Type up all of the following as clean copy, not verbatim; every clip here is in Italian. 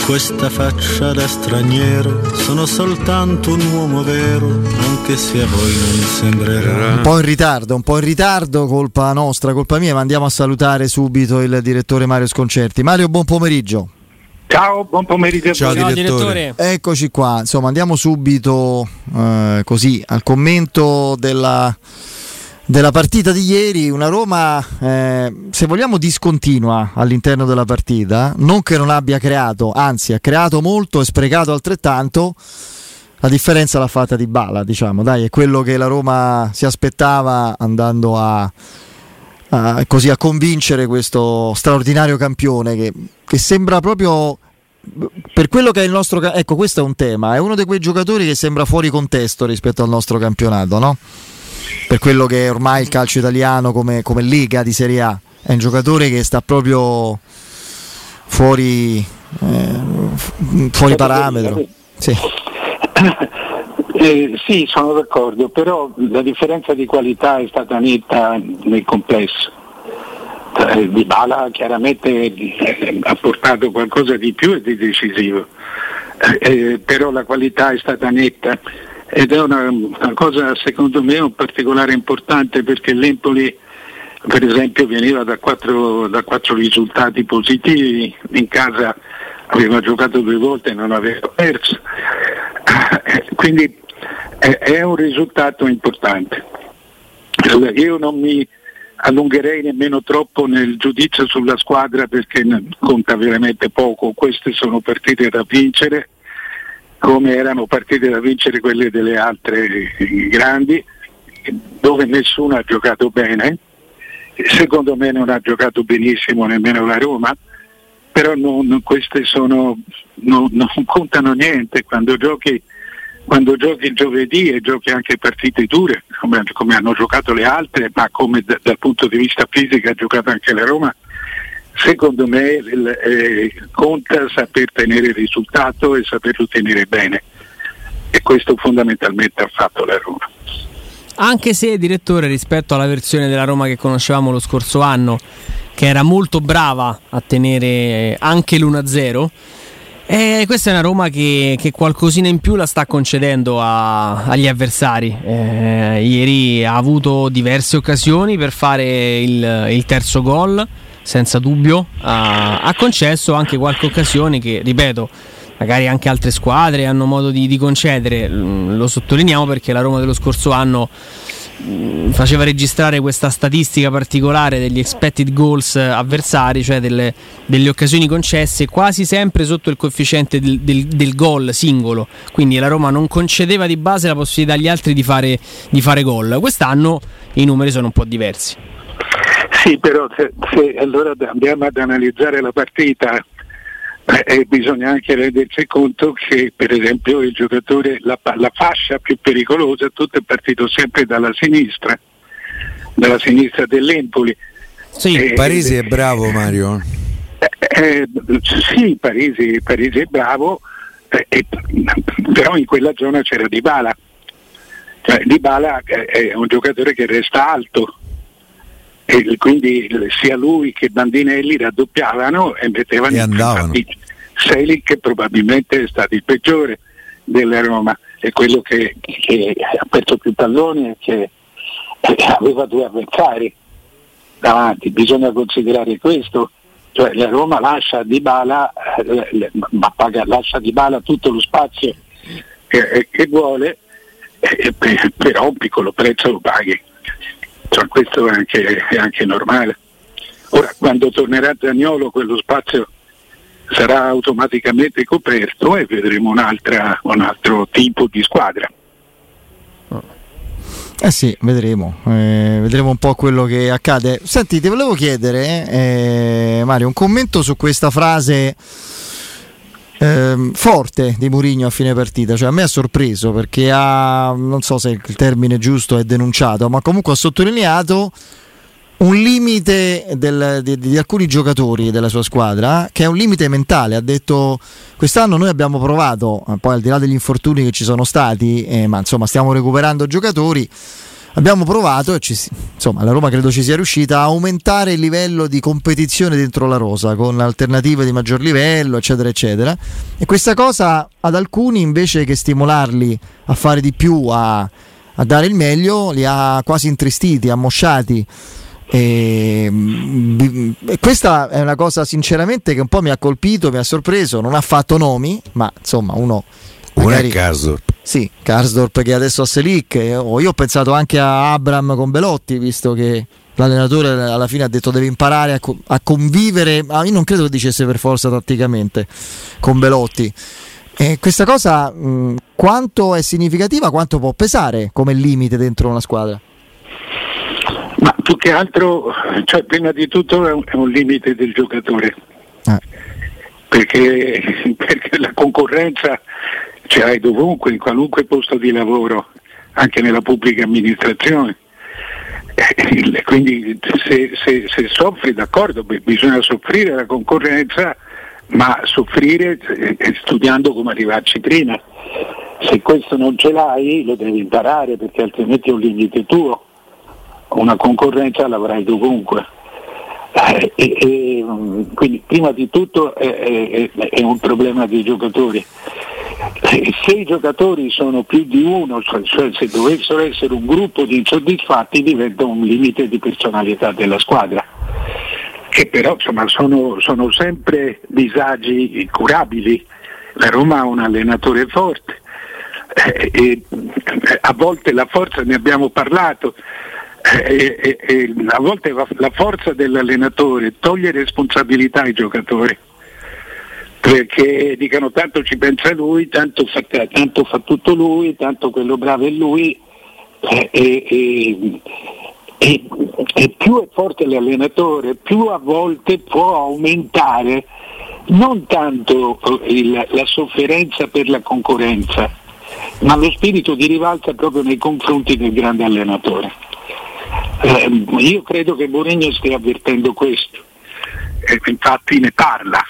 questa faccia da straniero, sono soltanto un uomo vero, anche se a voi non sembrerà. Un po' in ritardo, colpa nostra, colpa mia, ma andiamo a salutare subito il direttore Mario Sconcerti. Mario, buon pomeriggio. Ciao, buon pomeriggio. Ciao direttore. Eccoci qua, insomma andiamo subito così al commento della partita di ieri. Una Roma se vogliamo discontinua all'interno della partita, non che non abbia creato, anzi ha creato molto e sprecato altrettanto. La differenza l'ha fatta Dybala, diciamo, dai, è quello che la Roma si aspettava, andando a convincere questo straordinario campione che sembra proprio, per quello che è il nostro, ecco, questo è un tema, è uno di quei giocatori che sembra fuori contesto rispetto al nostro campionato, no? Per quello che è ormai il calcio italiano come Lega di Serie A, è un giocatore che sta proprio fuori parametro. Sì. Sì, sono d'accordo, però la differenza di qualità è stata netta nel complesso. Dybala chiaramente ha portato qualcosa di più e di decisivo, però la qualità è stata netta ed è una cosa secondo me un particolare importante, perché l'Empoli per esempio veniva da quattro risultati positivi, in casa aveva giocato 2 volte e non aveva perso, quindi è un risultato importante. Io non mi allungherei nemmeno troppo nel giudizio sulla squadra, perché conta veramente poco. Queste sono partite da vincere, come erano partite da vincere quelle delle altre grandi, dove nessuno ha giocato bene. Secondo me non ha giocato benissimo nemmeno la Roma, però queste non contano niente quando giochi il giovedì e giochi anche partite dure come hanno giocato le altre, ma come dal punto di vista fisico ha giocato anche la Roma. Secondo me conta saper tenere il risultato e saperlo tenere bene, e questo fondamentalmente ha fatto la Roma. Anche se, direttore, rispetto alla versione della Roma che conoscevamo lo scorso anno, che era molto brava a tenere anche l'1-0, questa è una Roma che qualcosina in più la sta concedendo agli avversari. Ieri ha avuto diverse occasioni per fare il terzo gol, senza dubbio. Ha concesso anche qualche occasione che, ripeto, magari anche altre squadre hanno modo di concedere. Lo sottolineiamo perché la Roma dello scorso anno faceva registrare questa statistica particolare degli expected goals avversari, cioè delle occasioni concesse quasi sempre sotto il coefficiente del gol singolo, quindi la Roma non concedeva di base la possibilità agli altri di fare gol. Quest'anno i numeri sono un po' diversi. Sì, però se allora andiamo ad analizzare la partita, bisogna anche rendersi conto che per esempio il giocatore, la fascia più pericolosa, tutto è partito sempre dalla sinistra dell'Empoli. Sì, Parisi è bravo, Mario. Sì, Parisi è bravo, però in quella zona c'era Dybala. Dybala è un giocatore che resta alto, e quindi sia lui che Bandinelli raddoppiavano e mettevano e andavano. Selic, che probabilmente è stato il peggiore della Roma, è quello che ha perso più palloni e che aveva 2 avversari davanti. Bisogna considerare questo, cioè la Roma lascia Dybala, lascia Dybala tutto lo spazio che vuole, però un piccolo prezzo lo paghi. Cioè, questo è anche normale. Ora, quando tornerà Zaniolo, quello spazio sarà automaticamente coperto e vedremo un altro tipo di squadra. Sì, vedremo un po' quello che accade. Senti, ti volevo chiedere, Mario, un commento su questa frase forte di Mourinho a fine partita. Cioè, a me ha sorpreso perché non so se il termine giusto è denunciato, ma comunque ha sottolineato un limite di alcuni giocatori della sua squadra, che è un limite mentale. Ha detto: quest'anno noi abbiamo provato, poi al di là degli infortuni che ci sono stati, ma insomma stiamo recuperando giocatori, abbiamo provato e insomma la Roma credo ci sia riuscita a aumentare il livello di competizione dentro la rosa con alternative di maggior livello, eccetera eccetera, e questa cosa ad alcuni, invece che stimolarli a fare di più, a dare il meglio, li ha quasi intristiti, ammosciati. E questa è una cosa sinceramente che un po' mi ha colpito, mi ha sorpreso. Non ha fatto nomi, ma insomma uno è Karsdorp. Sì, Karsdorp che adesso a Selic. Io ho pensato anche a Abram con Belotti, visto che l'allenatore alla fine ha detto devi imparare a convivere. Io non credo che dicesse per forza tatticamente con Belotti. E questa cosa quanto è significativa, quanto può pesare come limite dentro una squadra? Ma più che altro, cioè, prima di tutto è un limite del giocatore, perché la concorrenza ce l'hai dovunque, in qualunque posto di lavoro, anche nella pubblica amministrazione. Quindi se soffri, d'accordo, bisogna soffrire la concorrenza, ma soffrire studiando come arrivarci prima. Se questo non ce l'hai lo devi imparare, perché altrimenti è un limite tuo. Una concorrenza l'avrai dovunque, quindi prima di tutto è un problema dei giocatori. Se i giocatori sono pino di uno, cioè se dovessero essere un gruppo di insoddisfatti, diventa un limite di personalità della squadra, che però insomma sono sempre disagi curabili. La Roma ha un allenatore forte, e a volte la forza, ne abbiamo parlato, a volte la forza dell'allenatore toglie responsabilità ai giocatori, perché dicono tanto ci pensa lui, tanto fa tutto lui, tanto quello bravo è lui, e più è forte l'allenatore, più a volte può aumentare non tanto la sofferenza per la concorrenza, ma lo spirito di rivalsa proprio nei confronti del grande allenatore. Io credo che Mourinho stia avvertendo questo, infatti ne parla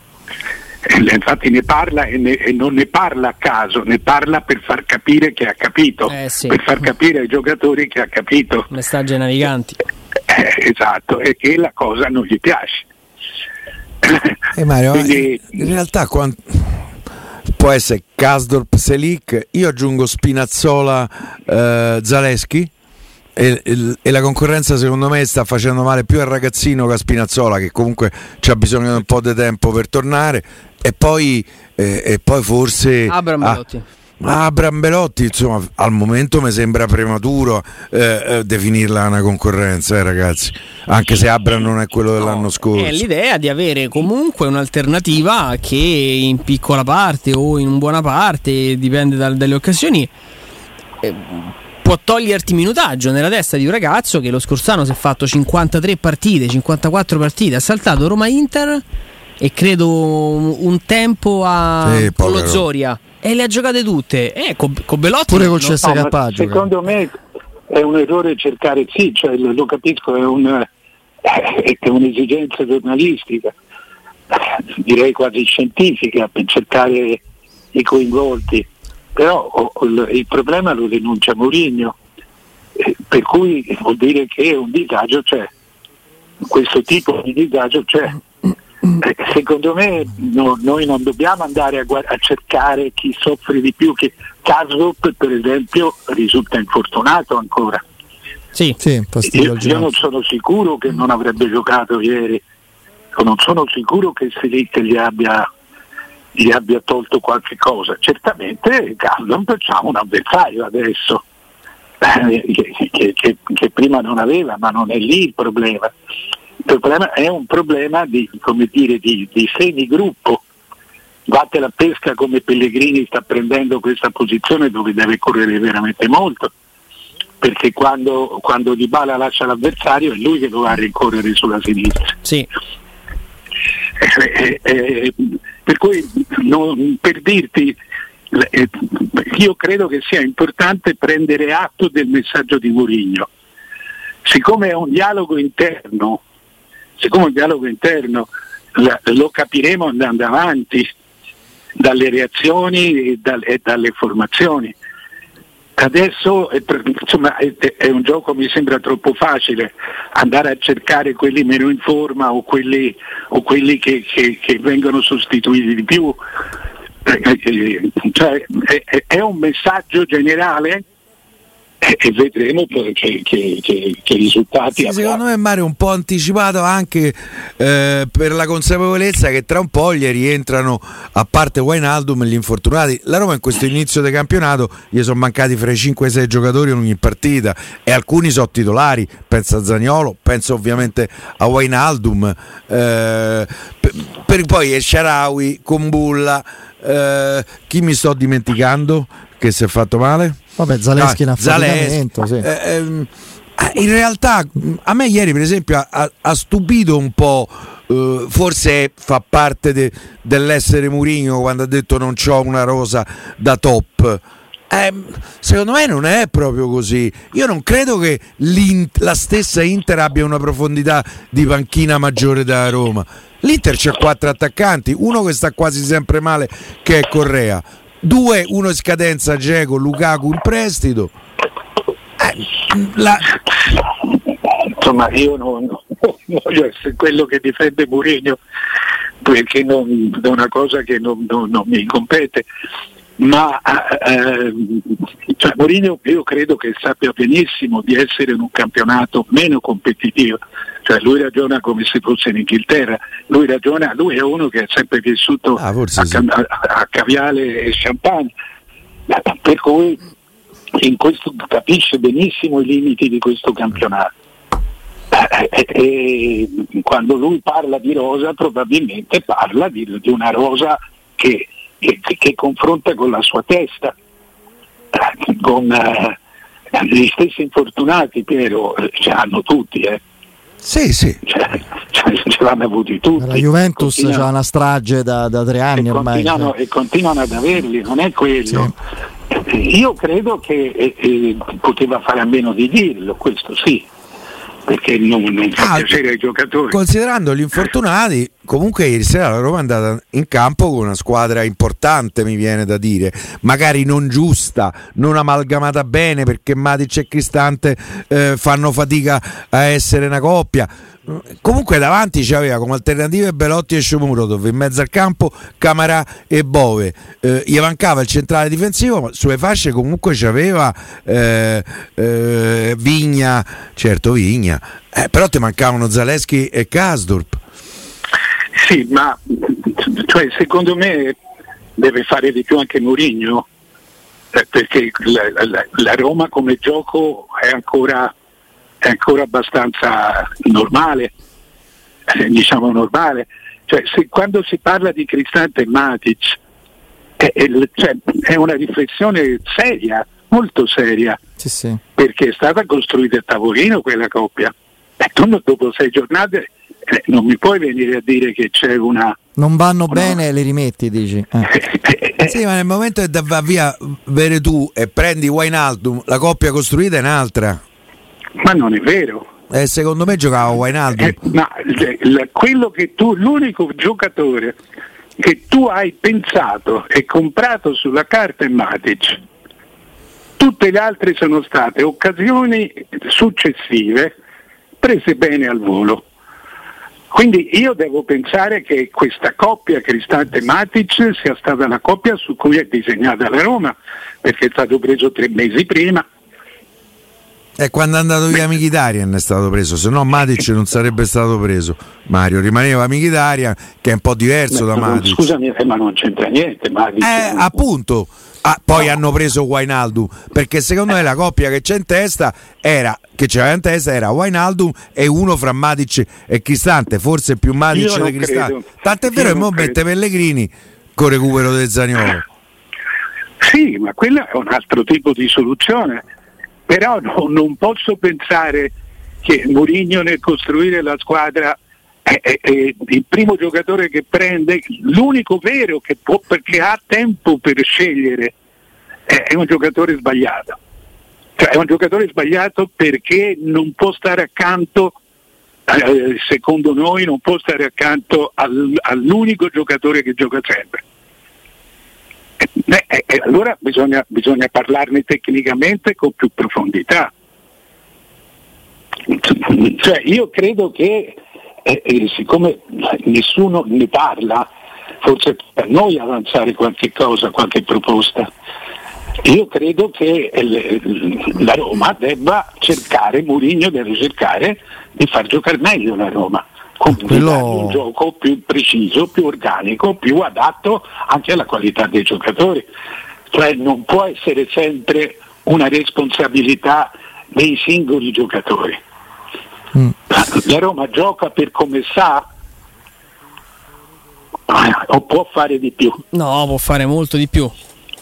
e non ne parla a caso, ne parla per far capire che ha capito, sì. Per far capire ai giocatori che ha capito. Messaggi naviganti. Esatto, e che la cosa non gli piace. Mario, quindi, in realtà può essere Karsdorp, Selic, io aggiungo Spinazzola, Zalewski. E la concorrenza secondo me sta facendo male più al ragazzino che a Spinazzola, che comunque c'ha bisogno di un po' di tempo per tornare, e poi forse Abram Belotti, insomma al momento mi sembra prematuro definirla una concorrenza, ragazzi, anche se Abram non è quello dell'anno scorso. È l'idea di avere comunque un'alternativa che in piccola parte o in buona parte, dipende dalle occasioni, può toglierti minutaggio nella testa di un ragazzo che lo scorso anno si è fatto 53 partite, 54 partite, ha saltato Roma-Inter e credo un tempo con lo Zoria, e le ha giocate tutte, con Belotti pure col CSKA. Secondo me è un errore cercare, sì, cioè, lo capisco, è un'esigenza giornalistica, direi quasi scientifica, per cercare i coinvolti. Però il problema lo denuncia Mourinho, per cui vuol dire che un disagio c'è, questo tipo di disagio c'è. Secondo me noi non dobbiamo andare a cercare chi soffre di più, che Karsdorp per esempio risulta infortunato ancora. Sì, io non sono sicuro che non avrebbe giocato ieri, non sono sicuro che Selic gli abbia tolto qualche cosa. Certamente Karsdorp c'ha un avversario adesso che prima non aveva, ma non è lì il problema. Il problema è un problema di semigruppo. Vattene a pesca come Pellegrini sta prendendo questa posizione dove deve correre veramente molto, perché quando Dybala lascia l'avversario è lui che dovrà rincorrere sulla sinistra. Sì. Per cui per dirti, io credo che sia importante prendere atto del messaggio di Mourinho. Siccome è un dialogo interno, lo capiremo andando avanti dalle reazioni e dalle formazioni. Adesso insomma, è un gioco, mi sembra troppo facile andare a cercare quelli meno in forma o quelli che vengono sostituiti di più. Cioè, è un messaggio generale e vedremo che risultati sì, secondo me Mario è un po' anticipato anche per la consapevolezza che tra un po' gli rientrano, a parte Wijnaldum, gli infortunati. La Roma in questo inizio di campionato gli sono mancati fra i 5-6 giocatori in ogni partita e alcuni sono titolari, penso a Zaniolo, penso ovviamente a Wijnaldum, per poi El Shaarawy, Kumbulla, chi mi sto dimenticando che si è fatto male? Vabbè, Zaleschi in affidamento, sì. In realtà a me ieri per esempio ha stupito un po', forse fa parte dell'essere Mourinho quando ha detto non c'ho una rosa da top. Secondo me non è proprio così. Io non credo che la stessa Inter abbia una profondità di panchina maggiore della Roma. L'Inter c'ha 4 attaccanti, uno che sta quasi sempre male che è Correa, 2, uno in scadenza, Dzeko, Lukaku in prestito. Insomma, io non voglio essere quello che difende Mourinho, perché è una cosa che non mi compete, ma cioè Mourinho io credo che sappia benissimo di essere in un campionato meno competitivo. Cioè lui ragiona come se fosse in Inghilterra, lui è uno che ha sempre vissuto a caviale e champagne, per cui in questo capisce benissimo i limiti di questo campionato. E quando lui parla di rosa probabilmente parla di una rosa che confronta con la sua testa, con gli stessi infortunati, Piero, ce l'hanno tutti, Sì. Ce l'hanno avuti tutti. La Juventus c'ha una strage da 3 anni ormai. Continuano ad averli, non è quello. Sì. Io credo che poteva fare a meno di dirlo, questo sì, perché non fa piacere ai giocatori. Considerando gli infortunati, comunque ieri sera la Roma è andata in campo con una squadra importante, mi viene da dire, magari non giusta, non amalgamata bene, perché Matic e Cristante fanno fatica a essere una coppia. Comunque davanti c'aveva come alternative Belotti e Shomurodov, in mezzo al campo Camarà e Bove, gli mancava il centrale difensivo, ma sulle fasce comunque c'aveva Vigna, però ti mancavano Zaleschi e Karsdorp. Sì, ma cioè, secondo me deve fare di più anche Mourinho, perché la Roma come gioco è ancora abbastanza normale, diciamo normale. Cioè, quando si parla di Cristante e Matic è una riflessione seria, molto seria, sì. Perché è stata costruita a tavolino quella coppia. Tu dopo 6 giornate non mi puoi venire a dire che c'è non vanno bene, le rimetti, dici? Sì, ma nel momento che va via Veretù e prendi Wijnaldum, la coppia costruita è un'altra. Ma non è vero. Secondo me giocava Wijnaldum. Ma quello che l'unico giocatore che tu hai pensato e comprato sulla carta è Matic. Tutte le altre sono state occasioni successive prese bene al volo. Quindi io devo pensare che questa coppia Cristante-Matic sia stata la coppia su cui è disegnata la Roma, perché è stato preso 3 mesi prima. E quando è andato via Mkhitaryan è stato preso, se no Matic non sarebbe stato preso. Mario, rimaneva Mkhitaryan, che è un po' diverso da Matic. Scusami, ma non c'entra niente Matic. Appunto. Poi hanno preso Wijnaldum, perché secondo me la coppia che c'era in testa era Wijnaldum e uno fra Matic e Cristante, forse più Matic di Cristante. Tant'è vero che mo mette Pellegrini con recupero del Zaniolo. Sì, ma quella è un altro tipo di soluzione. Però non posso pensare che Mourinho nel costruire la squadra è il primo giocatore che prende, l'unico vero che può, perché ha tempo per scegliere, è un giocatore sbagliato. Cioè è un giocatore sbagliato perché non può stare accanto, secondo noi, non può stare accanto all'unico giocatore che gioca sempre. Allora bisogna parlarne tecnicamente con più profondità. Cioè, io credo che siccome nessuno ne parla, forse per noi avanzare qualche cosa, qualche proposta, io credo che la Roma debba cercare, Mourinho deve cercare di far giocare meglio la Roma, con un gioco più preciso, più organico, più adatto anche alla qualità dei giocatori. Cioè non può essere sempre una responsabilità dei singoli giocatori. La Roma gioca per come sa o può fare di più? No, può fare molto di più.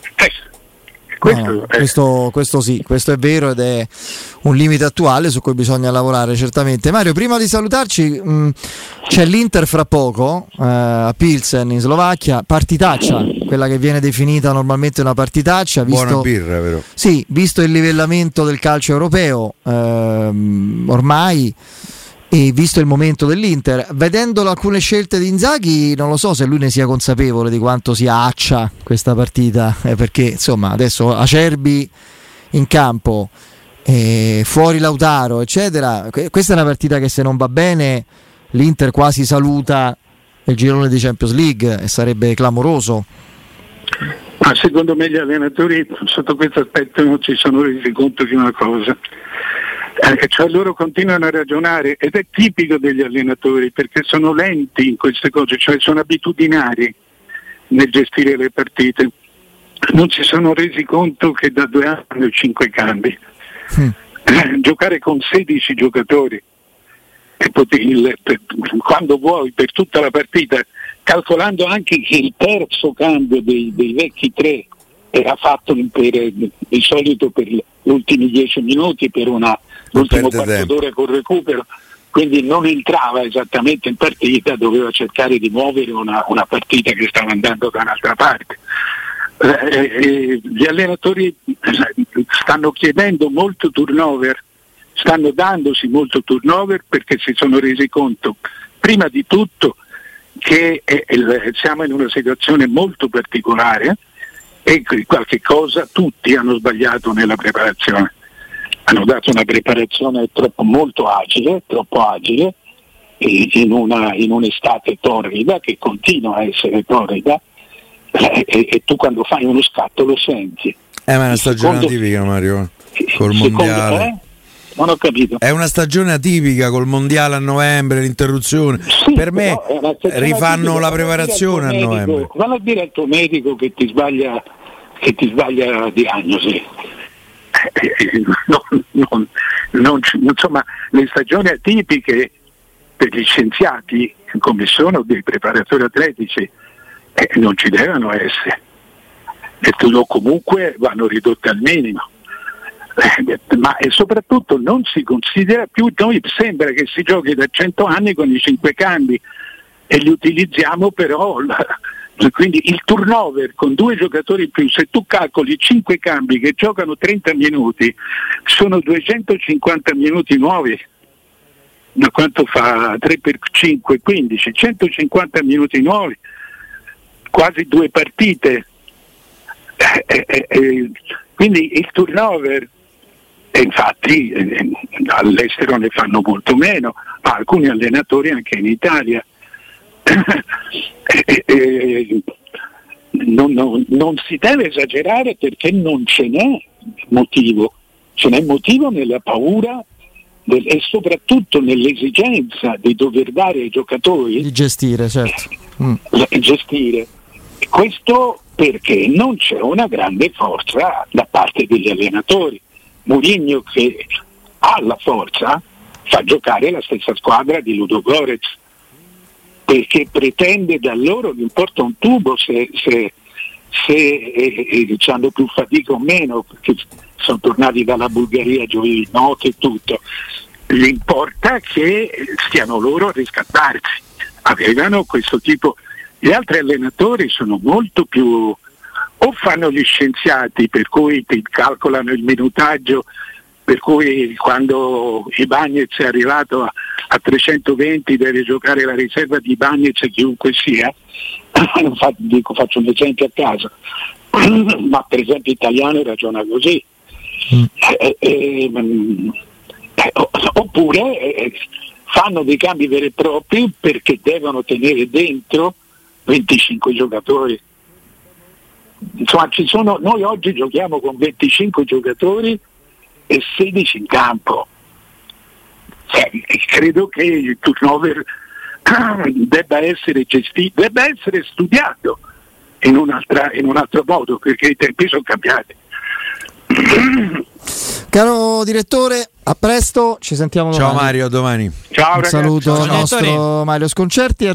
Questo sì, questo è vero ed è un limite attuale su cui bisogna lavorare certamente. Mario, prima di salutarci, c'è l'Inter fra poco a Pilsen in Slovacchia, partitaccia, quella che viene definita normalmente una partitaccia, buona birra, vero? Sì, visto il livellamento del calcio europeo ormai, e visto il momento dell'Inter, vedendo alcune scelte di Inzaghi, non lo so se lui ne sia consapevole di quanto sia accia questa partita, perché insomma adesso Acerbi in campo, fuori Lautaro eccetera, questa è una partita che se non va bene l'Inter quasi saluta il girone di Champions League e sarebbe clamoroso. Ma secondo me gli allenatori sotto questo aspetto non si sono resi conto di una cosa. Cioè loro continuano a ragionare, ed è tipico degli allenatori perché sono lenti in queste cose, cioè sono abitudinari nel gestire le partite. Non si sono resi conto che da 2 anni hanno 5 cambi. Giocare con 16 giocatori quando vuoi per tutta la partita, calcolando anche che il terzo cambio dei vecchi 3 era fatto di solito per gli ultimi 10 minuti, per l'ultimo quarto d'ora con recupero, quindi non entrava esattamente in partita, doveva cercare di muovere una partita che stava andando da un'altra parte. Gli allenatori stanno chiedendo molto turnover, stanno dandosi molto turnover perché si sono resi conto, prima di tutto, che siamo in una situazione molto particolare e qualche cosa tutti hanno sbagliato nella preparazione. Hanno dato una preparazione troppo agile, in un'estate torrida che continua a essere torrida, e tu quando fai uno scatto lo senti. Ma è una stagione atipica, Mario, col mondiale. Non ho capito. È una stagione atipica col mondiale a novembre, l'interruzione. Sì, per me rifanno la preparazione a novembre. Vanno a dire al tuo medico che ti sbaglia diagnosi. Insomma, le stagioni atipiche per gli scienziati, come sono dei preparatori atletici, non ci devono essere, o comunque vanno ridotte al minimo. Ma soprattutto non si considera più, noi sembra che si giochi da 100 anni con i 5 cambi e li utilizziamo, però quindi il turnover con 2 giocatori in più, se tu calcoli 5 cambi che giocano 30 minuti, sono 250 minuti nuovi. Da quanto fa 3 per 5, 15, 150 minuti nuovi, quasi 2 partite. Quindi il turnover, e infatti all'estero ne fanno molto meno, ma alcuni allenatori anche in Italia. Non si deve esagerare perché non ce n'è motivo nella paura e soprattutto nell'esigenza di dover dare ai giocatori di gestire, certo. Gestire. Questo perché non c'è una grande forza da parte degli allenatori. Mourinho, che ha la forza, fa giocare la stessa squadra di Ludogorets perché pretende da loro, non importa un tubo se hanno più fatica o meno, perché sono tornati dalla Bulgaria giovedì notte e tutto, gli importa che stiano loro a riscattarsi. Avevano questo tipo. Gli altri allenatori sono molto più, o fanno gli scienziati per cui ti calcolano il minutaggio, per cui quando Ibañez è arrivato a 320 deve giocare la riserva di Ibañez chiunque sia. Faccio un esempio a caso, ma per esempio Italiano ragiona così. Oppure fanno dei cambi veri e propri perché devono tenere dentro 25 giocatori. Insomma, noi oggi giochiamo con 25 giocatori e 16 in campo. Credo che il turnover debba essere gestito, debba essere studiato in un altro modo, perché i tempi sono cambiati. Caro direttore, a presto, ci sentiamo domani. Ciao Mario, a domani. Ciao ragazzi. Un saluto Ciao, al nostro Mario Sconcerti.